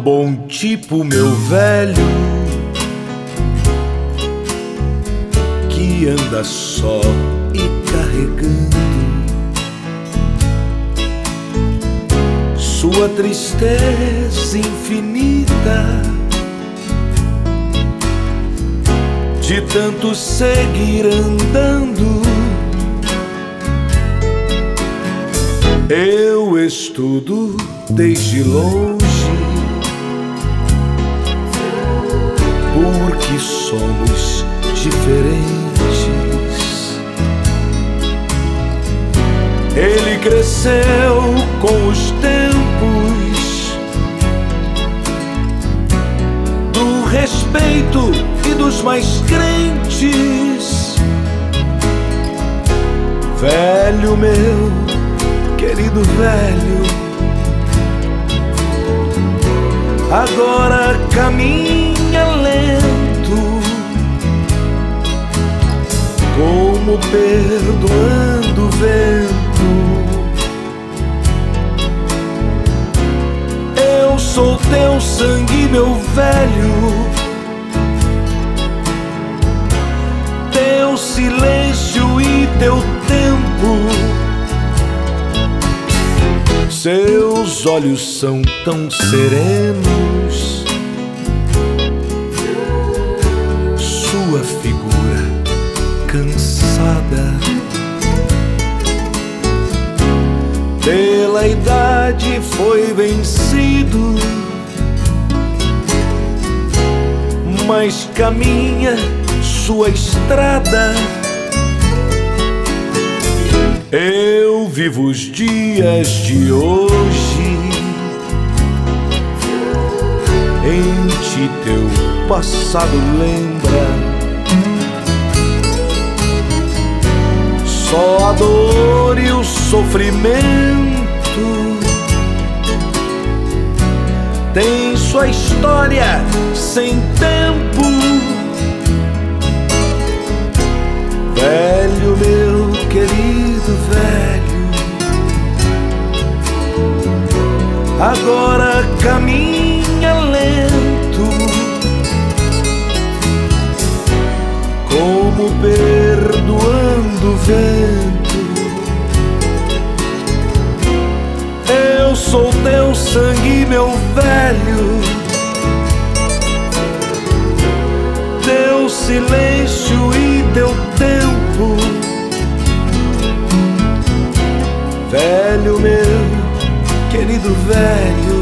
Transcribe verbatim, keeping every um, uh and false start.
bom tipo, meu velho, que anda só e carregando sua tristeza infinita, de tanto seguir andando. Eu estudo desde longe, porque somos diferentes. Ele cresceu com os tempos do respeito e dos mais crentes. Velho meu, querido velho, agora caminha lento, como perdoando o vento. Eu sou teu sangue, meu velho, teu silêncio e teu tempo. Seus olhos são tão serenos, sua figura cansada pela idade foi vencido, mas caminha sua estrada. Eu vivo os dias de hoje, em ti teu passado lembra. Só a dor e o sofrimento tem sua história sem tempo. Velho meu, querido velho, agora caminha lento, como perdoando o vento. Eu sou teu sangue, meu velho, teu silêncio e teu tempo. Velho meu, querido velho,